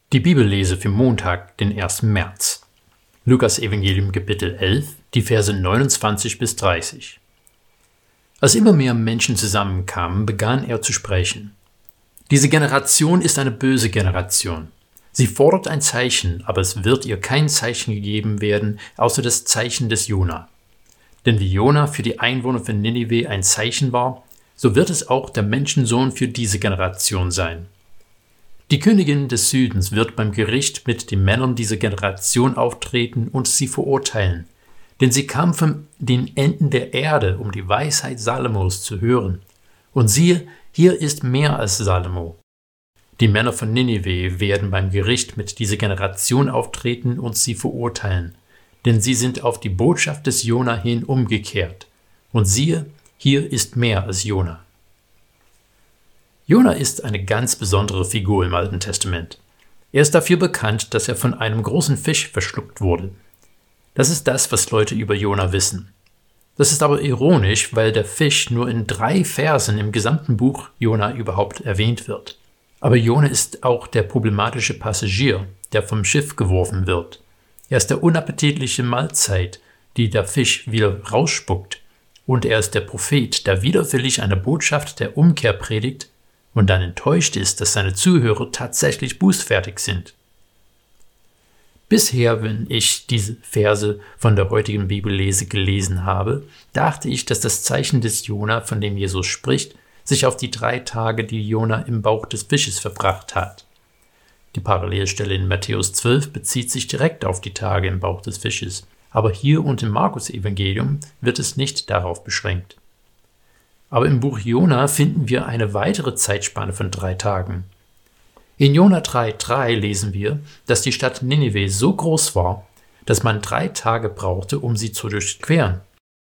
Die Bibellese für Montag, den 1. März. Lukas Evangelium Kapitel 11, die Verse 29 bis 30. Als immer mehr Menschen zusammenkamen, begann er zu sprechen. Diese Generation ist eine böse Generation. Sie fordert ein Zeichen, aber es wird ihr kein Zeichen gegeben werden, außer das Zeichen des Jona. Denn wie Jona für die Einwohner von Ninive ein Zeichen war, so wird es auch der Menschensohn für diese Generation sein. Die Königin des Südens wird beim Gericht mit den Männern dieser Generation auftreten und sie verurteilen, denn sie kam von den Enden der Erde, um die Weisheit Salomos zu hören. Und siehe, hier ist mehr als Salomo. Die Männer von Ninive werden beim Gericht mit dieser Generation auftreten und sie verurteilen, denn sie sind auf die Botschaft des Jona hin umgekehrt. Und siehe, hier ist mehr als Jona. Jona ist eine ganz besondere Figur im Alten Testament. Er ist dafür bekannt, dass er von einem großen Fisch verschluckt wurde. Das ist das, was Leute über Jona wissen. Das ist aber ironisch, weil der Fisch nur in 3 Versen im gesamten Buch Jona überhaupt erwähnt wird. Aber Jona ist auch der problematische Passagier, der vom Schiff geworfen wird. Er ist der unappetitliche Mahlzeit, die der Fisch wieder rausspuckt. Und er ist der Prophet, der widerwillig eine Botschaft der Umkehr predigt und dann enttäuscht ist, dass seine Zuhörer tatsächlich bußfertig sind. Bisher, wenn ich diese Verse von der heutigen Bibellese gelesen habe, dachte ich, dass das Zeichen des Jona, von dem Jesus spricht, sich auf die 3 Tage, die Jona im Bauch des Fisches verbracht hat. Die Parallelstelle in Matthäus 12 bezieht sich direkt auf die Tage im Bauch des Fisches, aber hier und im Markus-Evangelium wird es nicht darauf beschränkt. Aber im Buch Jona finden wir eine weitere Zeitspanne von 3 Tagen. In Jona 3,3 lesen wir, dass die Stadt Ninive so groß war, dass man 3 Tage brauchte, um sie zu durchqueren.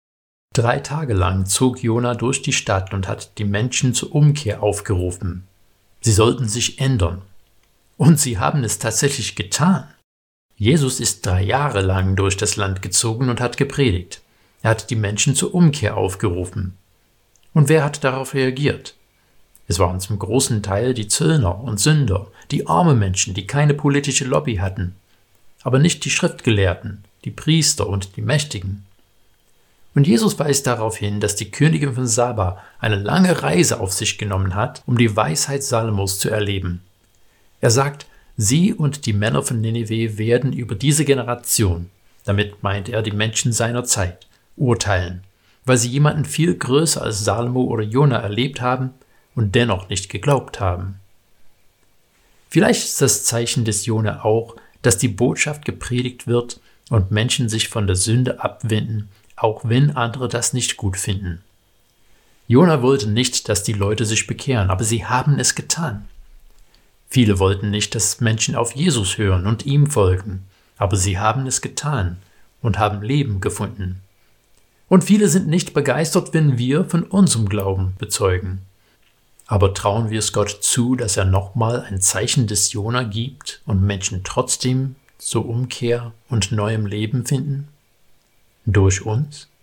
3 Tage lang zog Jona durch die Stadt und hat die Menschen zur Umkehr aufgerufen. Sie sollten sich ändern. Und sie haben es tatsächlich getan. Jesus ist 3 Jahre lang durch das Land gezogen und hat gepredigt. Er hat die Menschen zur Umkehr aufgerufen. Und wer hat darauf reagiert? Es waren zum großen Teil die Zöllner und Sünder, die armen Menschen, die keine politische Lobby hatten. Aber nicht die Schriftgelehrten, die Priester und die Mächtigen. Und Jesus weist darauf hin, dass die Königin von Saba eine lange Reise auf sich genommen hat, um die Weisheit Salomos zu erleben. Er sagt, sie und die Männer von Ninive werden über diese Generation, damit meint er die Menschen seiner Zeit, urteilen, weil sie jemanden viel größer als Salomo oder Jona erlebt haben und dennoch nicht geglaubt haben. Vielleicht ist das Zeichen des Jona auch, dass die Botschaft gepredigt wird und Menschen sich von der Sünde abwenden, auch wenn andere das nicht gut finden. Jona wollte nicht, dass die Leute sich bekehren, aber sie haben es getan. Viele wollten nicht, dass Menschen auf Jesus hören und ihm folgen, aber sie haben es getan und haben Leben gefunden. Und viele sind nicht begeistert, wenn wir von unserem Glauben bezeugen. Aber trauen wir es Gott zu, dass er nochmal ein Zeichen des Jona gibt und Menschen trotzdem zur Umkehr und neuem Leben finden? Durch uns?